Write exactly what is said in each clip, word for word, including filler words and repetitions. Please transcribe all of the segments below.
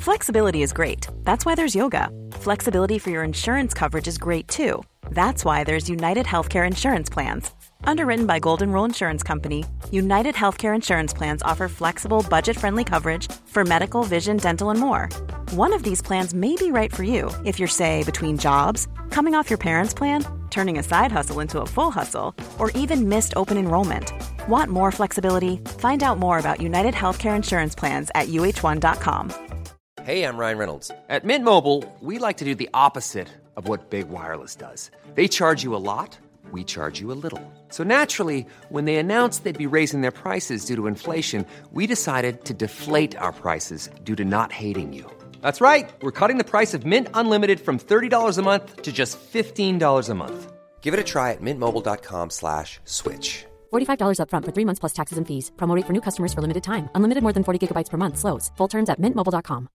Flexibility is great. That's why there's yoga. Flexibility for your insurance coverage is great too. That's why there's United Healthcare Insurance Plans. Underwritten by Golden Rule Insurance Company, United Healthcare Insurance Plans offer flexible, budget-friendly coverage for medical, vision, dental, and more. One of these plans may be right for you if you're, say, between jobs, coming off your parents' plan, turning a side hustle into a full hustle, or even missed open enrollment. Want more flexibility? Find out more about United Healthcare Insurance Plans at U H one dot com. Hey, I'm Ryan Reynolds. At Mint Mobile, we like to do the opposite of what Big Wireless does. They charge you a lot, we charge you a little. So naturally, when they announced they'd be raising their prices due to inflation, we decided to deflate our prices due to not hating you. That's right. We're cutting the price of Mint Unlimited from thirty dollars a month to just fifteen dollars a month. Give it a try at mintmobile.com slash switch. forty-five dollars up front for three months plus taxes and fees. Promo rate for new customers for limited time. Unlimited more than forty gigabytes per month. Slows full terms at mint mobile dot com.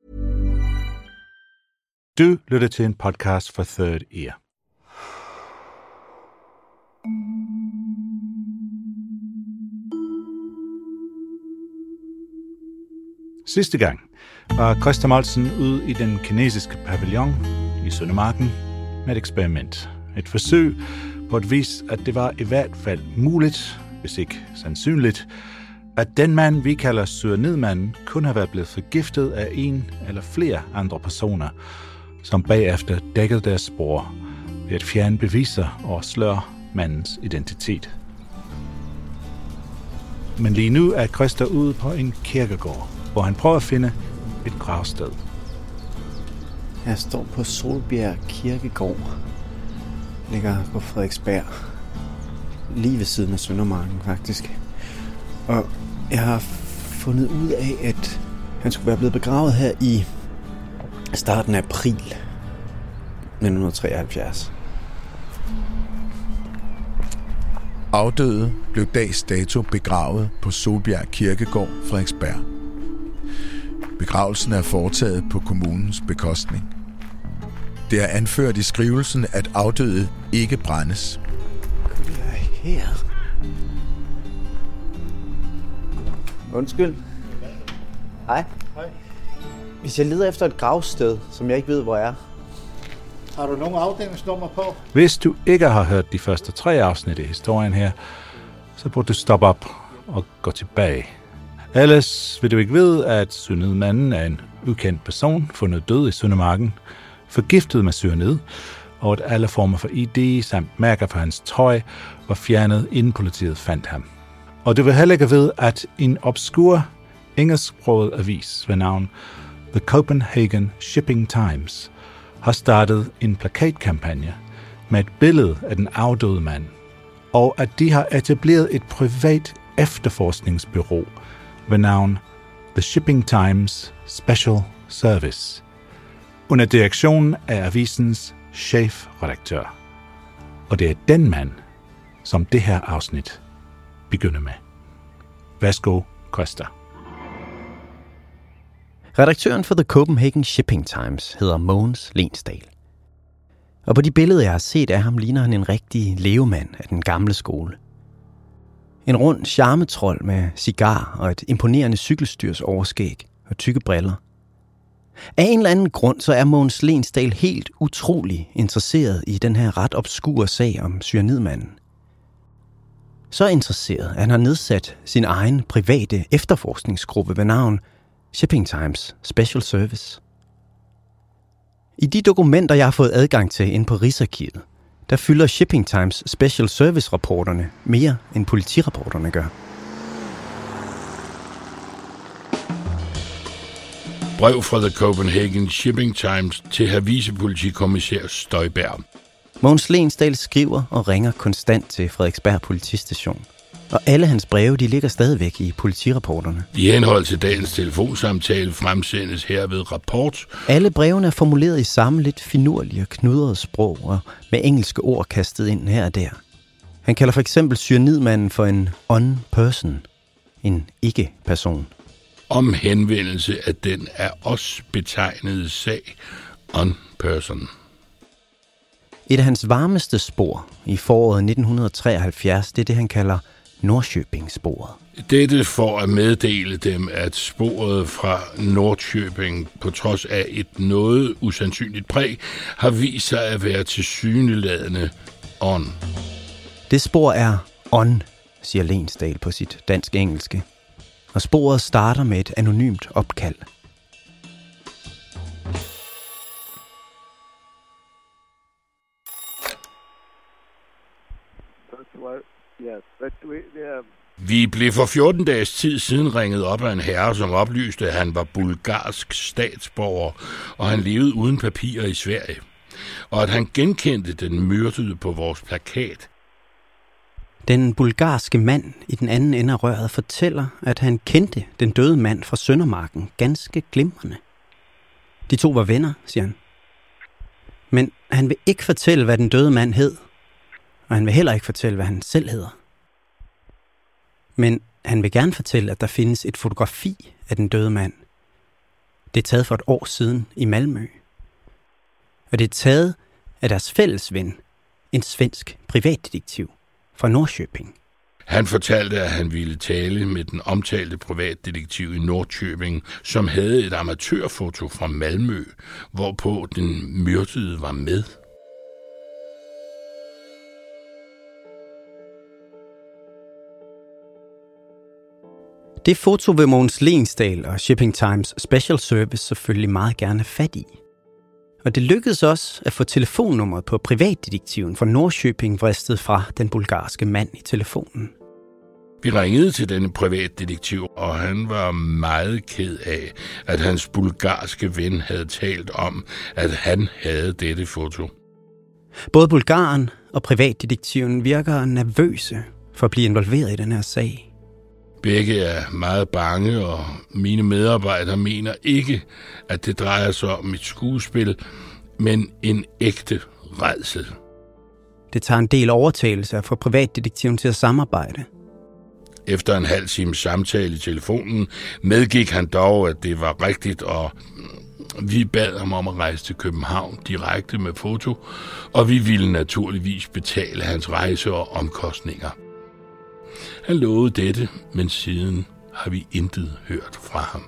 Du lytter til en podcast fra Third Ear. Sidste gang var Christa Moldsen ude i den kinesiske pavillon i Søndermarken med et eksperiment. Et forsøg på at vise, at det var i hvert fald muligt, hvis ikke sandsynligt, at den mand, vi kalder cyanidmanden, kunne have været blevet forgiftet af en eller flere andre personer, som bagefter dækkede deres spor ved at fjerne beviser og sløre mandens identitet. Men lige nu er Christa ude på en kirkegård, hvor han prøver at finde et gravsted. Jeg står på Solbjerg Kirkegård. Ligger på Frederiksberg. Lige ved siden af Søndermarken, faktisk. Og jeg har fundet ud af, at han skulle være blevet begravet her i starten af april nitten treoghalvfjerds. Afdøde blev dags dato begravet på Solbjerg Kirkegård, Frederiksberg. Begravelsen er foretaget på kommunens bekostning. Det er anført i skrivelsen, at afdøde ikke brændes. Vi er her. Undskyld. Hej. Hej. Hvis jeg leder efter et gravsted, som jeg ikke ved, hvor er. Har du nogen afdelingsnummer på? Hvis du ikke har hørt de første tre afsnit i historien her, så burde du stoppe op og gå tilbage. Ellers vil du ikke vide, at cyanidmanden er en ukendt person, fundet død i Søndermarken, forgiftet med cyanid, og at alle former for I D samt mærker for hans tøj var fjernet, inden politiet fandt ham. Og du vil heller ikke vide, at en obskur engelsksproget avis ved navn The Copenhagen Shipping Times har startet en plakatkampagne med et billede af den afdøde mand, og at de har etableret et privat efterforskningsbureau ved navn The Shipping Times Special Service, under direktion af avisens chefredaktør. Og det er den mand, som det her afsnit begynder med. Værsgo, Christa. Redaktøren for The Copenhagen Shipping Times hedder Mogens Lensdal. Og på de billeder, jeg har set af ham, ligner han en rigtig levemand af den gamle skole. En rund charmetrold med cigar og et imponerende cykelstyrs overskæg og tykke briller. Af en eller anden grund, så er Mogens Lensdal helt utrolig interesseret i den her ret obskure sag om cyanidmanden. Så interesseret, at han har nedsat sin egen private efterforskningsgruppe ved navn Shipping Times Special Service. I de dokumenter, jeg har fået adgang til inde på Rigsarkivet, der fylder Shipping Times Special Service-rapporterne mere end politirapporterne gør. Brev fra The Copenhagen Shipping Times til herr vicepolitikommissær Støjberg. Mogens Lensdal skriver og ringer konstant til Frederiksberg politistation. Og alle hans breve, de ligger stadigvæk i politirapporterne. I henhold til dagens telefonsamtale fremsendes herved rapport. Alle brevene er formuleret i samme lidt finurlige og knudrede sprog og med engelske ord kastet ind her og der. Han kalder for eksempel cyanidmanden for en on-person, en ikke-person. Om henvendelse af den af os betegnede sag on-person. Et af hans varmeste spor i foråret nitten treoghalvfjerds, det er det, han kalder Norrköping-sporet. Dette for at meddele dem, at sporet fra Norrköping, på trods af et noget usandsynligt præg, har vist sig at være tilsyneladende on. Det spor er on, siger Lensdal på sit dansk-engelske. Og sporet starter med et anonymt opkald. Vi blev for fjorten dages tid siden ringet op af en herre, som oplyste, at han var bulgarsk statsborger, og han levede uden papirer i Sverige. Og at han genkendte den myrdede på vores plakat. Den bulgarske mand i den anden ende af røret fortæller, at han kendte den døde mand fra Søndermarken ganske glimrende. De to var venner, siger han. Men han vil ikke fortælle, hvad den døde mand hed. Og han vil heller ikke fortælle, hvad han selv hedder. Men han vil gerne fortælle, at der findes et fotografi af den døde mand. Det er taget for et år siden i Malmø. Og det er taget af deres fælles ven, en svensk privatdetektiv fra Norrköping. Han fortalte, at han ville tale med den omtalte privatdetektiv i Norrköping, som havde et amatørfoto fra Malmø, hvorpå den myrdede var med. Det foto vil Mogens Lensdal og Shipping Times Special Service selvfølgelig meget gerne have fat i. Og det lykkedes også at få telefonnummeret på privatdetektiven fra Norrköping vristet fra den bulgarske mand i telefonen. Vi ringede til denne privatdetektiv, og han var meget ked af, at hans bulgarske ven havde talt om, at han havde dette foto. Både bulgaren og privatdetektiven virker nervøse for at blive involveret i den her sag. Begge er meget bange, og mine medarbejdere mener ikke, at det drejer sig om et skuespil, men en ægte rædsel. Det tager en del overtagelse at få privatdetektiven til at samarbejde. Efter en halv times samtale i telefonen medgik han dog, at det var rigtigt, og vi bad ham om at rejse til København direkte med foto, og vi ville naturligvis betale hans rejse og omkostninger. Han lovede dette, men siden har vi intet hørt fra ham.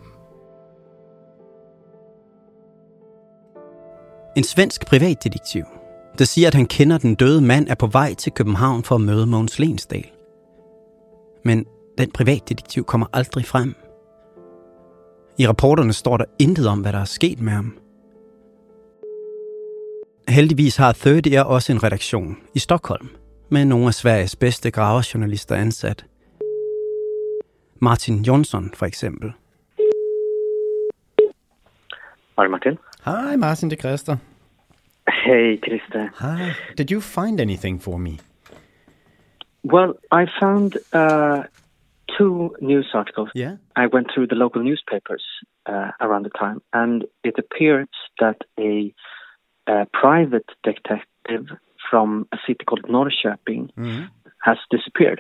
En svensk privatdetektiv, der siger, at han kender den døde mand, er på vej til København for at møde Mogens Lensdal. Men den privatdetektiv kommer aldrig frem. I rapporterne står der intet om, hvad der er sket med ham. Heldigvis har Third Ear også en redaktion i Stockholm, med nogle af Sveriges bedste graverjournalister ansat. Martin Jonsson for eksempel. Hej Martin. Hi Martin, det er Christer. Hey Christer. Hi. Did you find anything for me? Well, I found uh, two news articles. Yeah. I went through the local newspapers uh, around the time, and it appears that a, a private detective from a city called Norrköping mm-hmm. has disappeared.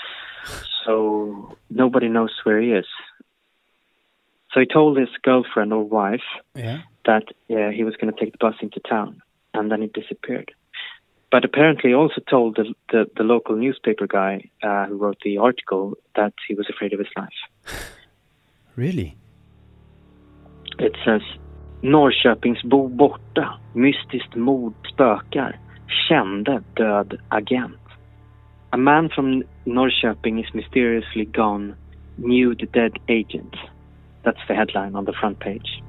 So nobody knows where he is. So he told his girlfriend or wife yeah. that uh, he was going to take the bus into town, and then he disappeared. But apparently he also told the, the, the local newspaper guy uh, who wrote the article that he was afraid of his life. Really? It says, Norrköpingsbo borta, mystiskt mord spökar, kände död agent. A man from Norrköping is mysteriously gone, knew the dead agent. That's the headline on the front page.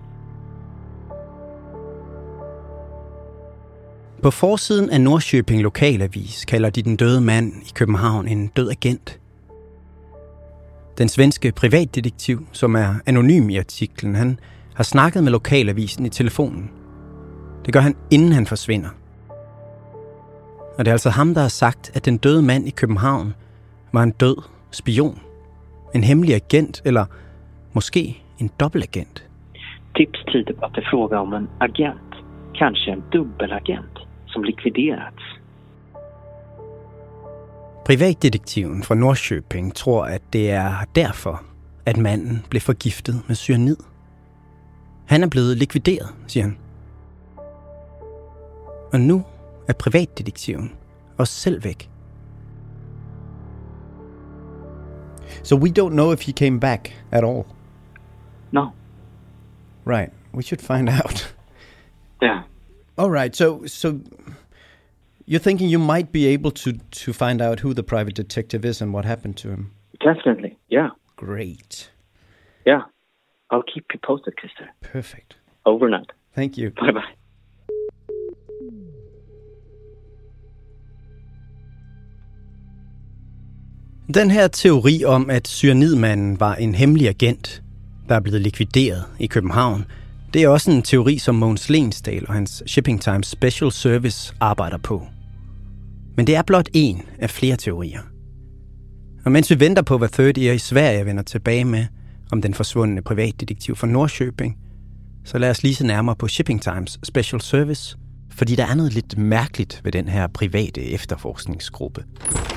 På forsiden af Norrköping Lokalavis kalder de den døde mand i København en død agent. Den svenske privatdetektiv, som er anonym i artiklen, han har snakket med Lokalavisen i telefonen. Det gør han, inden han forsvinder. Og det er altså ham, der har sagt, at den døde mand i København var en død spion. En hemmelig agent, eller måske en dobbeltagent. Tips tyder på att det är fråga om en agent, kanske en dubbelagent, som likviderats. Privatdetektiven fra Norrköping tror, at det er derfor, at manden blev forgiftet med cyanid. Han er blevet likvideret, siger han. Og nu er privatdetektiven også selv væk. So we don't know if he came back at all? No. Right. We should find out. Yeah. All right. So so you're thinking you might be able to, to find out who the private detective is and what happened to him? Definitely, yeah. Great. Yeah. I'll keep you posted, Christer. Perfect. Over and out. Thank you. Bye-bye. Den her teori om, at cyanidmanden var en hemmelig agent, der er blevet likvideret i København, det er også en teori, som Mogens Lensdal og hans Shipping Times Special Service arbejder på. Men det er blot en af flere teorier. Og mens vi venter på, hvad Third Ear i Sverige vender tilbage med om den forsvundne privatdetektiv fra Norrköping, så lad os lige se nærmere på Shipping Times Special Service, fordi der er noget lidt mærkeligt ved den her private efterforskningsgruppe.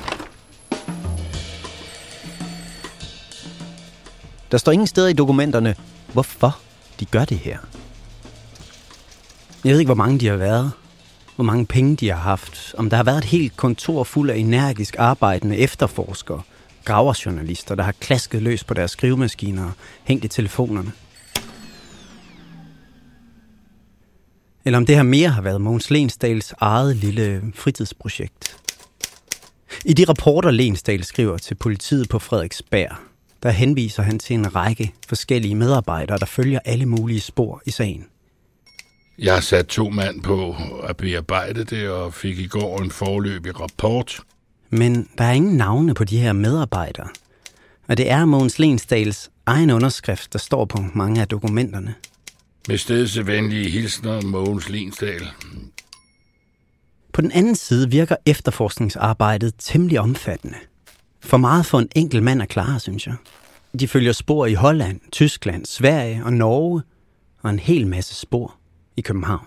Der står ingen steder i dokumenterne, hvorfor de gør det her. Jeg ved ikke, hvor mange de har været, hvor mange penge de har haft, om der har været et helt kontor fuld af energisk arbejdende efterforskere, graverjournalister, der har klasket løs på deres skrivemaskiner og hængt i telefonerne. Eller om det her mere har været Mogens Lensdals eget lille fritidsprojekt. I de rapporter, Lensdal skriver til politiet på Frederiksberg, der henviser han til en række forskellige medarbejdere, der følger alle mulige spor i sagen. Jeg har sat to mand på at bearbejde det, og fik i går en foreløbig rapport. Men der er ingen navne på de her medarbejdere. Og det er Mogens Lensdals egen underskrift, der står på mange af dokumenterne. Med stedsvenlige hilsner, Mogens Lensdal. På den anden side virker efterforskningsarbejdet temmelig omfattende. For meget for en enkelt mand at klare, synes jeg. De følger spor i Holland, Tyskland, Sverige og Norge, og en hel masse spor i København.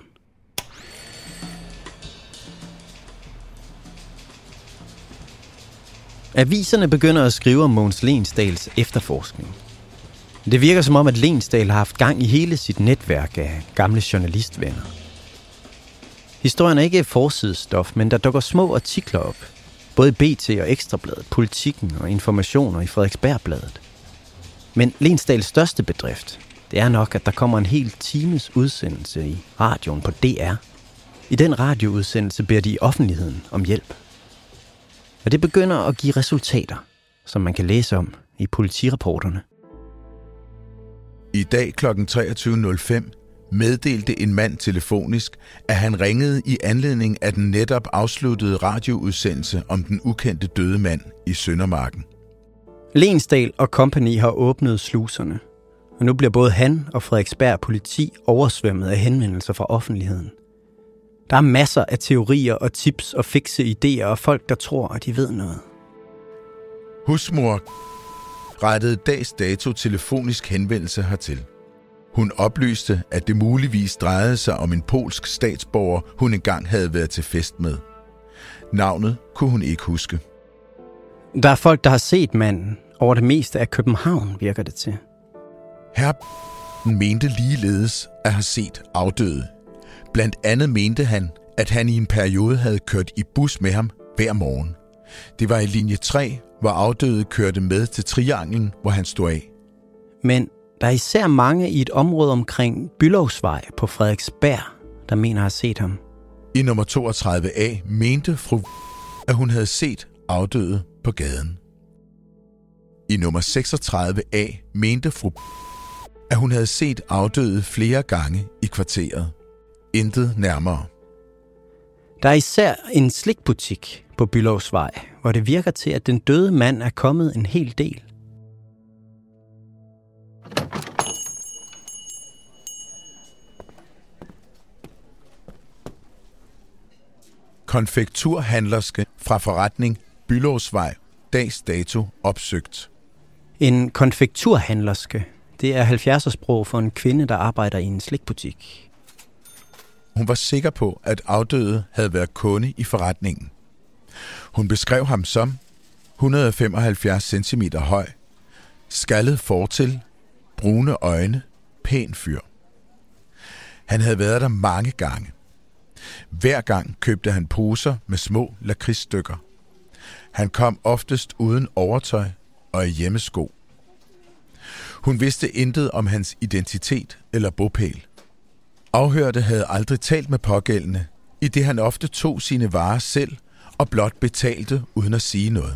Aviserne begynder at skrive om Mogens Lensdals efterforskning. Det virker som om, at Lensdal har haft gang i hele sit netværk af gamle journalistvenner. Historien er ikke forsidestof, men der dukker små artikler op. Både i B T og Ekstrabladet, Politikken og Informationer i Frederiksbergbladet. Men Lensdals største bedrift, det er nok, at der kommer en hel times udsendelse i radioen på D R. I den radioudsendelse beder de offentligheden om hjælp. Og det begynder at give resultater, som man kan læse om i politirapporterne. I dag kl. treogtyve nul fem meddelte en mand telefonisk, at han ringede i anledning af den netop afsluttede radioudsendelse om den ukendte døde mand i Søndermarken. Lensdal og company har åbnet sluserne, og nu bliver både han og Frederiksberg politi oversvømmet af henvendelser fra offentligheden. Der er masser af teorier og tips og fikse idéer og folk, der tror, at de ved noget. Husmor rettede dags dato telefonisk henvendelse hertil. Hun oplyste, at det muligvis drejede sig om en polsk statsborger, hun engang havde været til fest med. Navnet kunne hun ikke huske. Der er folk, der har set manden over det meste af København, virker det til. Herr mente ligeledes at have set afdøde. Blandt andet mente han, at han i en periode havde kørt i bus med ham hver morgen. Det var i linje tre, hvor afdøde kørte med til trianglen, hvor han stod af. Men der er især mange i et område omkring Bülowsvej på Frederiksberg, der mener at have set ham. I nummer toogtredive A mente fru, at hun havde set afdøde på gaden. I nummer seksogtredive A mente fru, at hun havde set afdøde flere gange i kvarteret. Intet nærmere. Der er især en slikbutik på Bülowsvej, hvor det virker til, at den døde mand er kommet en hel del. Konfekturhandlerske fra forretning Bülowsvej, dags dato opsøgt. En konfekturhandlerske, det er halvfjerdsersprog for en kvinde, der arbejder i en slikbutik. Hun var sikker på, at afdøde havde været kunde i forretningen. Hun beskrev ham som et hundrede og femoghalvfjerds centimeter høj, skaldet fortil, brune øjne, pæn fyr. Han havde været der mange gange. Hver gang købte han poser med små lakridsstykker. Han kom oftest uden overtøj, og i hjemmesko. Hun vidste intet om hans identitet eller bopæl. Afhørte havde aldrig talt med pågældende, i det han ofte tog sine varer selv og blot betalte uden at sige noget.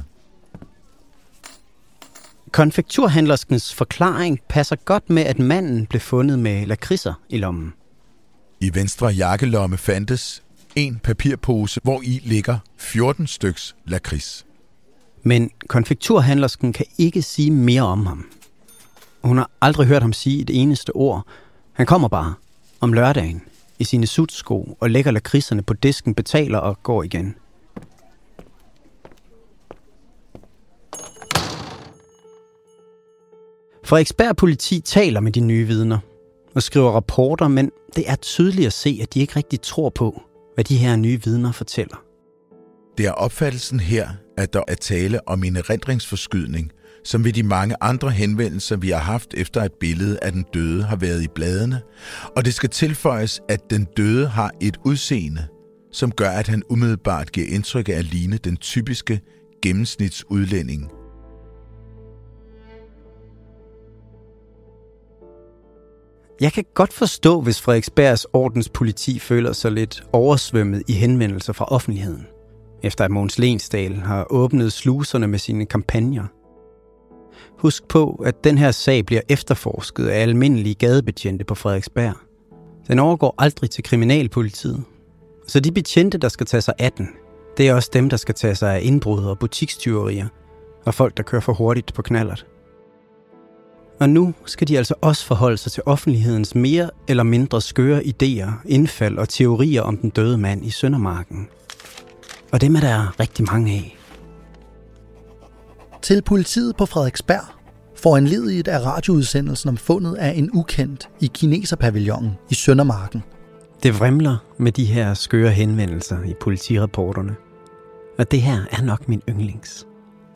Konfekturhandlerskens forklaring passer godt med, at manden blev fundet med lakridser i lommen. I venstre jakkelomme fandtes en papirpose, hvor i ligger fjorten styks lakrids. Men konfekturhandlersken kan ikke sige mere om ham. Hun har aldrig hørt ham sige et eneste ord. Han kommer bare om lørdagen i sine sutsko og lægger lakridserne på disken, betaler og går igen. Frederiksberg politi taler med de nye vidner og skriver rapporter, men det er tydeligt at se, at de ikke rigtig tror på, hvad de her nye vidner fortæller. Det er opfattelsen her, at der er tale om en erindringsforskydning, som ved de mange andre henvendelser, vi har haft efter et billede af den døde, har været i bladene, og det skal tilføjes, at den døde har et udseende, som gør, at han umiddelbart giver indtryk af at ligne den typiske gennemsnitsudlænding. Jeg kan godt forstå, hvis Frederiksbergs ordenspoliti føler sig lidt oversvømmet i henvendelser fra offentligheden, efter at Mogens Lensdal har åbnet sluserne med sine kampagner. Husk på, at den her sag bliver efterforsket af almindelige gadebetjente på Frederiksberg. Den overgår aldrig til kriminalpolitiet. Så de betjente, der skal tage sig af den, det er også dem, der skal tage sig af indbrud og butikstyverier, og folk, der kører for hurtigt på knallert. Og nu skal de altså også forholde sig til offentlighedens mere eller mindre skøre idéer, indfald og teorier om den døde mand i Søndermarken. Og dem er der rigtig mange af. Til politiet på Frederiksberg foranlediget af radioudsendelsen om fundet af en ukendt i kineserpavillonen i Søndermarken. Det vrimler med de her skøre henvendelser i politirapporterne. Og det her er nok min yndlings.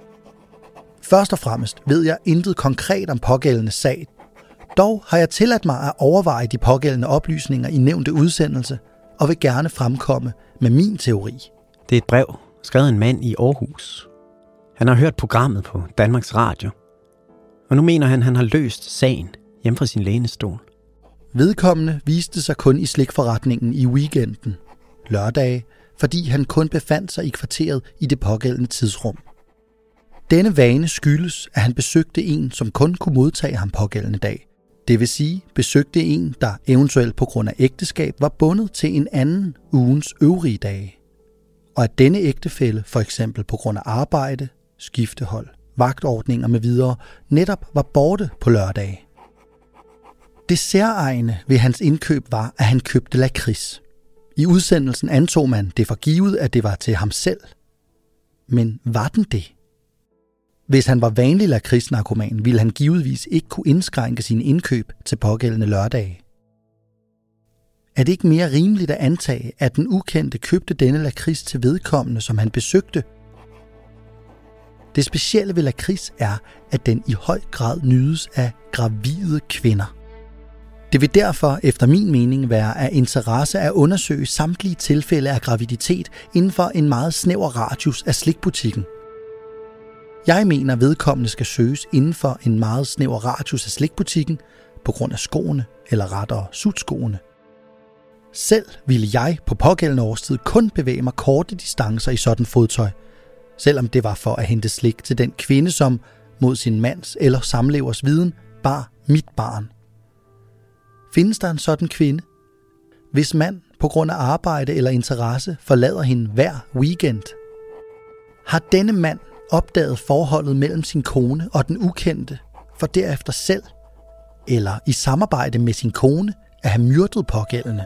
Først og fremmest ved jeg intet konkret om pågældende sag. Dog har jeg tilladt mig at overveje de pågældende oplysninger i nævnte udsendelse, og vil gerne fremkomme med min teori. Det er et brev, skrevet af en mand i Aarhus. Han har hørt programmet på Danmarks Radio, og nu mener han, han har løst sagen hjemme fra sin lænestol. Vedkommende viste sig kun i slikforretningen i weekenden, lørdage, fordi han kun befandt sig i kvarteret i det pågældende tidsrum. Denne vane skyldes, at han besøgte en, som kun kunne modtage ham pågældende dag. Det vil sige, besøgte en, der eventuelt på grund af ægteskab var bundet til en anden ugens øvrige dage. Og at denne ægtefælle, for eksempel på grund af arbejde, skiftehold, vagtordninger med videre, netop var borte på lørdage. Det særegne ved hans indkøb var, at han købte lakrids. I udsendelsen antog man det for givet, at det var til ham selv. Men var den det? Hvis han var vanlig lakridsnarkoman, ville han givetvis ikke kunne indskrænke sine indkøb til pågældende lørdage. Er det ikke mere rimeligt at antage, at den ukendte købte denne lakrids til vedkommende, som han besøgte? Det specielle ved lakrids er, at den i høj grad nydes af gravide kvinder. Det vil derfor, efter min mening, være af interesse at undersøge samtlige tilfælde af graviditet inden for en meget snæver radius af slikbutikken. Jeg mener, vedkommende skal søges inden for en meget snæver radius af slikbutikken på grund af skoene, eller rettere sutskoene. Selv ville jeg på pågældende årstid kun bevæge mig korte distancer i sådan fodtøj, selvom det var for at hente slik til den kvinde, som mod sin mands eller samlevers viden bar mit barn. Findes der en sådan kvinde? Hvis mand på grund af arbejde eller interesse forlader hende hver weekend, har denne mand opdaget forholdet mellem sin kone og den ukendte, for derefter selv, eller i samarbejde med sin kone, at have myrdet pågældende.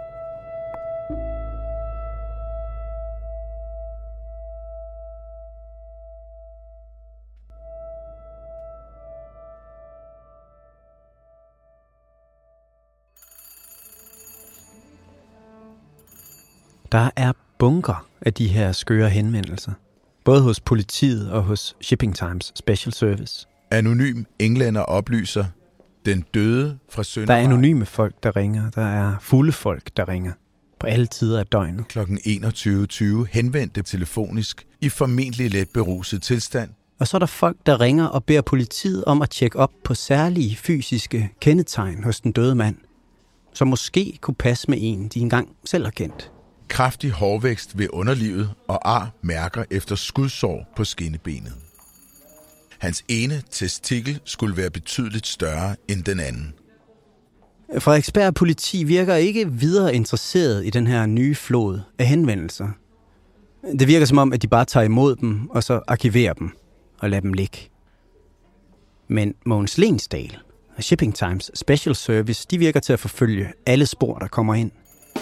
Der er bunker af de her skøre henvendelser, både hos politiet og hos Shipping Times Special Service. Anonym englænder oplyser, den døde fra Søndermarken. Der er anonyme folk, der ringer. Der er fulde folk, der ringer på alle tider af døgnet. klokken enogtyve tyve henvendte telefonisk i formentlig let beruset tilstand Og så er der folk, der ringer og beder politiet om at tjekke op på særlige fysiske kendetegn hos den døde mand, som måske kunne passe med en, de engang selv har kendt. Kraftig hårvækst ved underlivet og ar mærker efter skudsår på skinnebenet. Hans ene testikel skulle være betydeligt større end den anden. Frederiksberg politi virker ikke videre interesseret i den her nye flod af henvendelser. Det virker som om, at de bare tager imod dem og så arkiverer dem og lader dem ligge. Men Mogens Lensdal og Shipping Times Special Service, de virker til at forfølge alle spor, der kommer ind.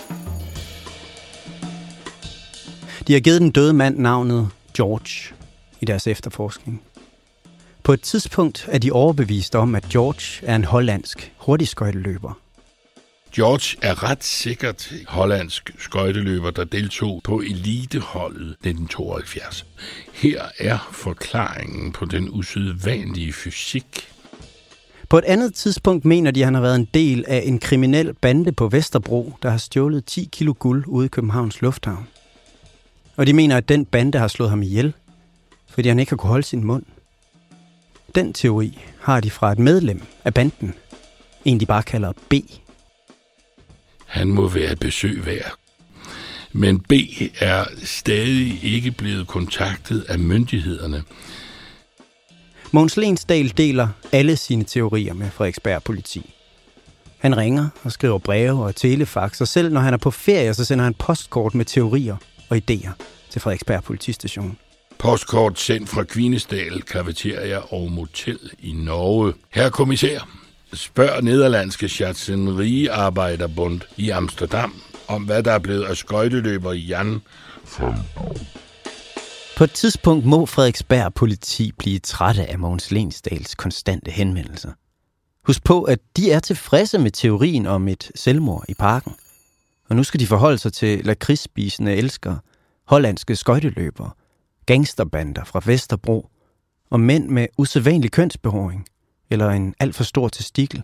De har givet den døde mand navnet George i deres efterforskning. På et tidspunkt er de overbevist om, at George er en hollandsk hurtigskøjteløber. George er ret sikkert hollandsk skøjteløber, der deltog på eliteholdet nitten tooghalvfjerds. Her er forklaringen på den usædvanlige fysik. På et andet tidspunkt mener de, at han har været en del af en kriminel bande på Vesterbro, der har stjålet ti kilo guld ude i Københavns Lufthavn. Og de mener, at den bande har slået ham ihjel, fordi han ikke har kunne holde sin mund. Den teori har de fra et medlem af banden, en de bare kalder B. Han må være et besøg værd. Men B er stadig ikke blevet kontaktet af myndighederne. Mogens Lensdal deler alle sine teorier med Frederiksberg politi. Han ringer og skriver breve og telefax, og selv når han er på ferie, så sender han postkort med teorier og idéer til Frederiksberg politistation. Postkort sendt fra Kvinesdal, Cafeteria og Motel i Norge. Herre kommissær, spørg nederlandske Schatzenrie-Arbejderbund i Amsterdam om, hvad der er blevet af skøjteløber Jan van. På et tidspunkt må Frederiksberg politi blive trætte af Mogens Lensdals konstante henvendelser. Husk på, at de er tilfredse med teorien om et selvmord i parken. Og nu skal de forholde sig til lakridsspisende elskere, hollandske skøjteløbere, gangsterbander fra Vesterbro og mænd med usædvanlig kønsbehåring eller en alt for stor testikel.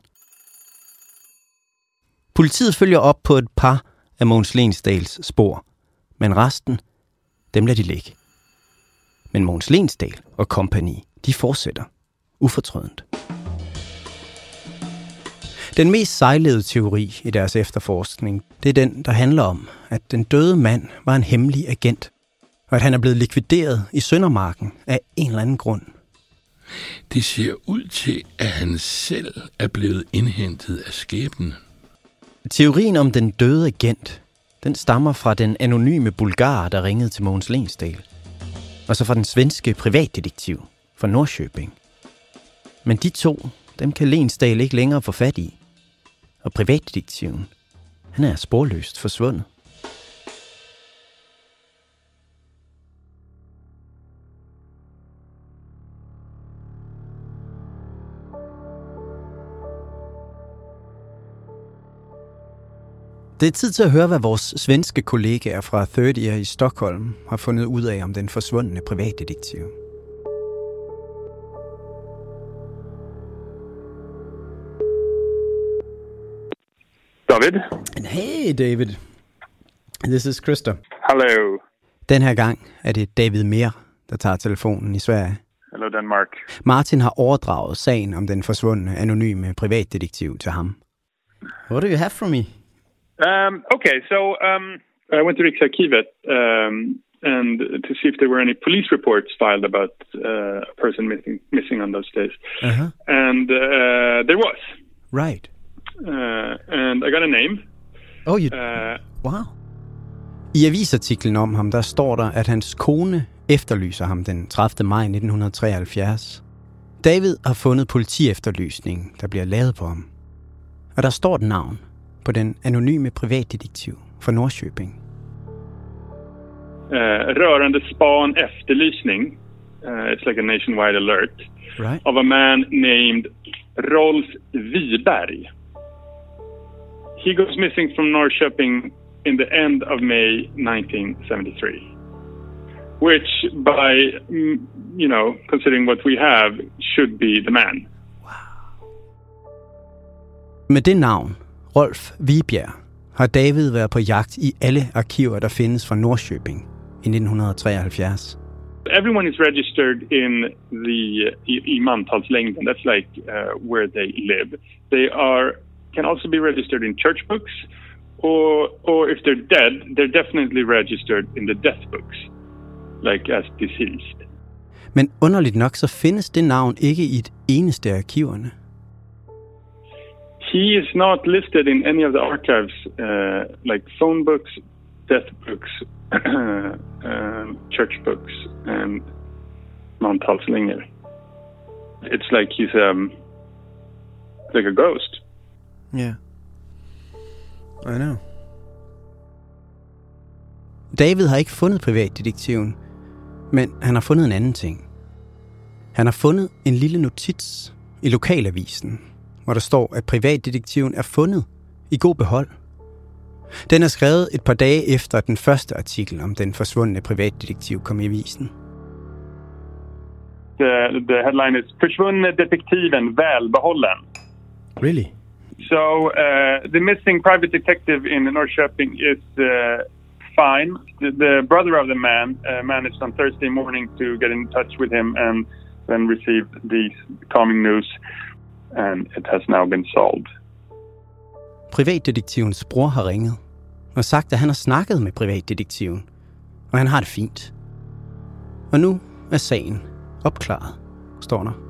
Politiet følger op på et par af Mogens Lensdals spor, men resten, dem lader de ligge. Men Mogens Lensdal og company, de fortsætter ufortrødent. Den mest sejlede teori i deres efterforskning, det er den, der handler om, at den døde mand var en hemmelig agent, og at han er blevet likvideret i Søndermarken af en eller anden grund. Det ser ud til, at han selv er blevet indhentet af skæbnen. Teorien om den døde agent, den stammer fra den anonyme bulgar, der ringede til Mogens Lensdal, og så fra den svenske privatdetektiv fra Norrköping. Men de to, dem kan Lensdal ikke længere få fat i. Og privatdetektiven, han er sporløst forsvundet. Det er tid til at høre, hvad vores svenske kollegaer fra thirty Year i Stockholm har fundet ud af om den forsvundne privatdetektiv. David? Hey David, this is Krista. Hello. Den her gang er det David Mer, der tager telefonen i Sverige. Hello Denmark. Martin har overdraget sagen om den forsvundne anonyme privatdetektiv til ham. What do you have from me? Um, okay, so um, I went to Riksarkivet um, and to see if there were any police reports filed about uh, a person missing missing on those days. Uh-huh. And uh, there was. Right. Uh, and I got a name. Oh, you... Uh, wow. I avisartiklen om ham, der står der, at hans kone efterlyser ham den tredivte maj nitten treoghalvfjerds. David har fundet politiefterlysningen, der bliver lavet på ham. Og der står et navn på den anonyme privatdetektiv fra Norrköping. Uh, rörande span efterlysning. Uh, it's like a nationwide alert. Right. Of a man named Rolf Wiberg. He goes missing from Norrköping in the end of May nineteen seventy-three. Which, by, you know, considering what we have, should be the man. Wow. Med det navn, Rolf Wiberg, har David været på jagt i alle arkiver, der findes fra Norrköping i nitten treoghalvfjerds. Everyone is registered in the uh, i Mantalslängden. That's like uh, where they live. They are can also be registered in church books, or or if they're dead, they're definitely registered in the death books, like as deceased. Men underligt nok, så findes det navn ikke i et eneste af arkiverne. He is not listed in any of the archives, uh, like phone books, death books, um, church books, and Mantalslängder. It's like he's um, like a ghost. Yeah, I know. David har ikke fundet privatdetektiven, men han har fundet en anden ting. Han har fundet en lille notits i lokalavisen, hvor der står, at privatdetektiven er fundet i god behold. Den er skrevet et par dage efter den første artikel om den forsvundne privatdetektiv kom i avisen. The, the headline is Försvunne detektiven välbehållen. Really? So uh, the missing private detective in Norrköping is uh, fine. The, the brother of the man uh, managed on Thursday morning to get in touch with him and then received these calming news, and it has now been solved. Privatdetektivens bror har ringet og sagt, at han har snakket med privatdetektiven, og han har det fint. Og nu er sagen opklaret, står der.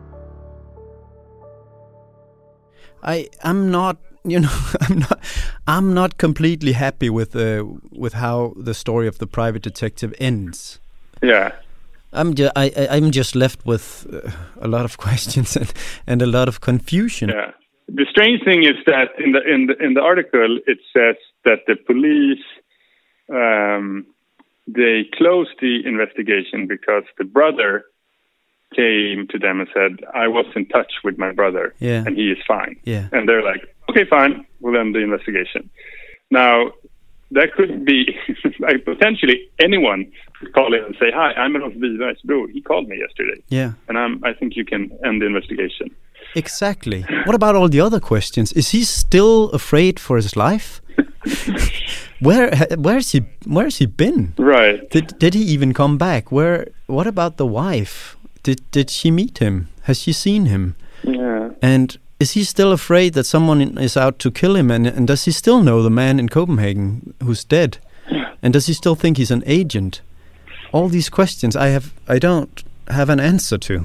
I I'm not, you know, I'm not I'm not completely happy with uh, with how the story of the private detective ends. Yeah. I'm just I I'm just left with uh, a lot of questions and, and a lot of confusion. Yeah. The strange thing is that in the in the in the article it says that the police um, they closed the investigation because the brother came to them and said, I was in touch with my brother, yeah. and he is fine. Yeah. And they're like, okay, fine, we'll end the investigation. Now, that could be, like, potentially anyone could call in and say, hi, I'm Rolf Wibergs bror. He called me yesterday. Yeah. And I'm, I think you can end the investigation. Exactly. What about all the other questions? Is he still afraid for his life? Where where's he where's he been? Right. Did did he even come back? Where what about the wife? Did did she meet him? Has she seen him? Yeah. And is he still afraid that someone is out to kill him? And, and does he still know the man in Copenhagen who's dead? Yeah. And does he still think he's an agent? All these questions I have I don't have an answer to.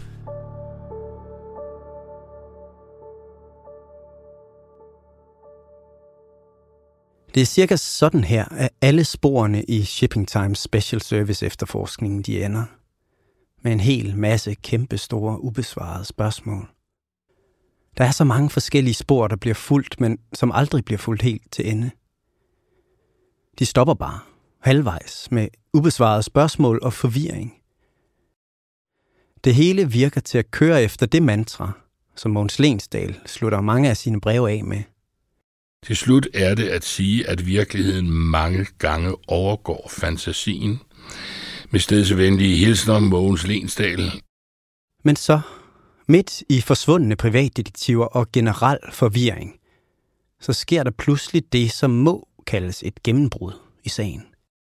Det er cirka sådan her, at alle sporene i Shipping Times Special Service efterforskningen de ender. Med en hel masse kæmpe store ubesvarede spørgsmål. Der er så mange forskellige spor, der bliver fulgt, men som aldrig bliver fulgt helt til ende. De stopper bare, halvvejs, med ubesvarede spørgsmål og forvirring. Det hele virker til at køre efter det mantra, som Mogens Lensdal slutter mange af sine breve af med. Til slut er det at sige, at virkeligheden mange gange overgår fantasien. Med stedsvenlige hilsner Mogens Lensdal. Men så, midt i forsvundne privatdetektiver og generel forvirring, så sker der pludselig det, som må kaldes et gennembrud i sagen.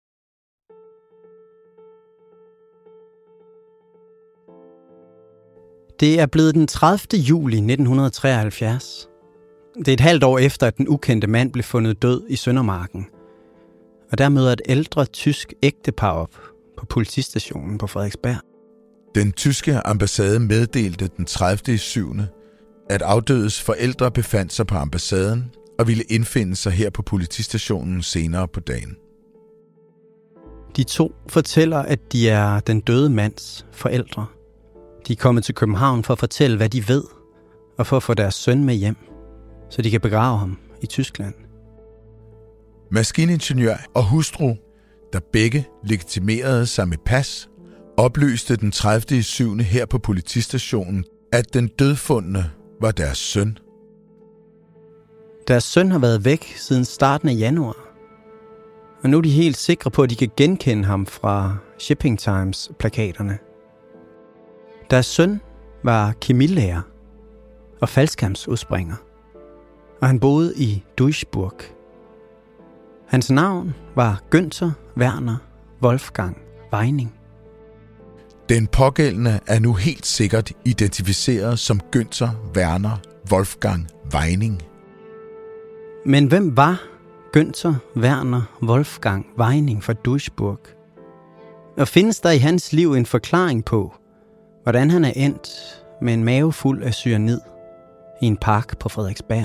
Det er blevet den tredivte juli nitten treoghalvfjerds. Det er et halvt år efter, at den ukendte mand blev fundet død i Søndermarken. Og der møder et ældre tysk ægtepar op på politistationen på Frederiksberg. Den tyske ambassade meddelte den tredivte syvende at afdødes forældre befandt sig på ambassaden og ville indfinde sig her på politistationen senere på dagen. De to fortæller, at de er den døde mands forældre. De er kommet til København for at fortælle, hvad de ved, og for at få deres søn med hjem, så de kan begrave ham i Tyskland. Maskiningeniør og hustru, der begge legitimerede sig med pas, oplyste den tredivte syvende her på politistationen, at den dødfundne var deres søn. Deres søn har været væk siden starten af januar. Og nu er de helt sikre på, at de kan genkende ham fra Shipping Times plakaterne. Deres søn var kemilærer og faldskærmsudspringer, og han boede i Duisburg. Hans navn var Günther Werner Wolfgang Weining. Den pågældende er nu helt sikkert identificeret som Günther Werner Wolfgang Weining. Men hvem var Günther Werner Wolfgang Weining fra Duisburg? Og findes der i hans liv en forklaring på, hvordan han er endt med en mave fuld af cyanid i en park på Frederiksberg?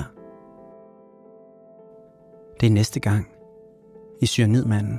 Det er næste gang i Cyanidmanden.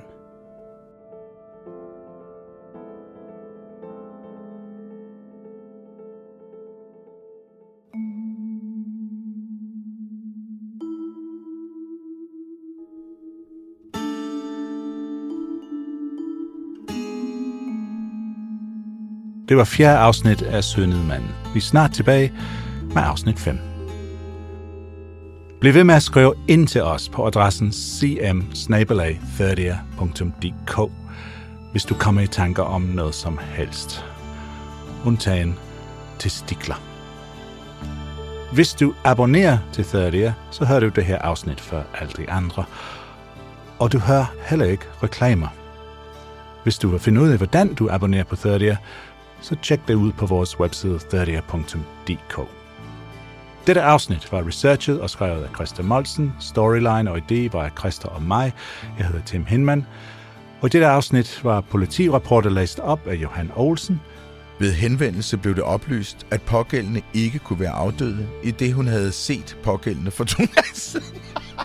Det var fjerde afsnit af Cyanidmanden. Vi er snart tilbage med afsnit fem. Bliv ved med at skrive ind til os på adressen c m bindestreg thirtier punktum d k, hvis du kommer i tanker om noget som helst. Undtagen testikler. Hvis du abonnerer til thirtier, så hører du det her afsnit før alle de andre. Og du hører heller ikke reklamer. Hvis du vil finde ud af, hvordan du abonnerer på thirtier, så tjek det ud på vores webside thirtier punktum d k. Dette afsnit var researchet og skrevet af Christa Molsen. Storyline og idé var af Christa og mig. Jeg hedder Tim Hinman. Og i dette afsnit var politirapporter læst op af Johan Olsen. Ved henvendelse blev det oplyst, at pågældende ikke kunne være afdøde, i det hun havde set pågældende for to dage siden.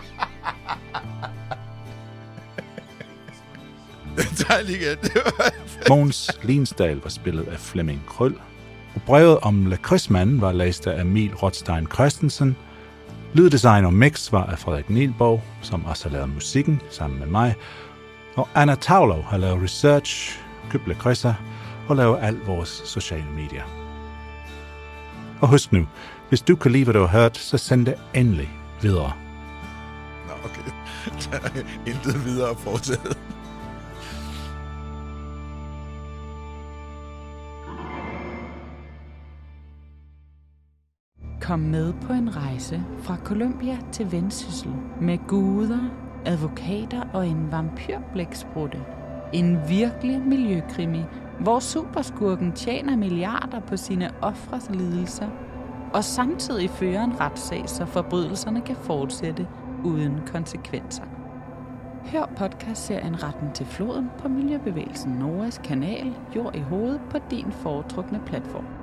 Mogens Linsdal var spillet af Flemming Krøll. Og brevet om lakridsmanden var læst af Emil Rothstein Christensen. Lyddesign og mix var af Frederik Nielborg, som også har lavet musikken sammen med mig. Og Anna Tavlov har lavet research, købt lakridser og lavet alt vores sociale medier. Og husk nu, hvis du kan lide, hvad du har hørt, så send det endelig videre. Nå, okay. Der er intet videre fortsat. Kom med på en rejse fra Colombia til Vendsyssel med guder, advokater og en vampyrblæksprutte. En virkelig miljøkrimi, hvor superskurken tjener milliarder på sine ofres lidelser, og samtidig fører en retssag, så forbrydelserne kan fortsætte uden konsekvenser. Hør podcastserien Retten til floden på Miljøbevægelsen Noras kanal Jord i hovedet på din foretrukne platform.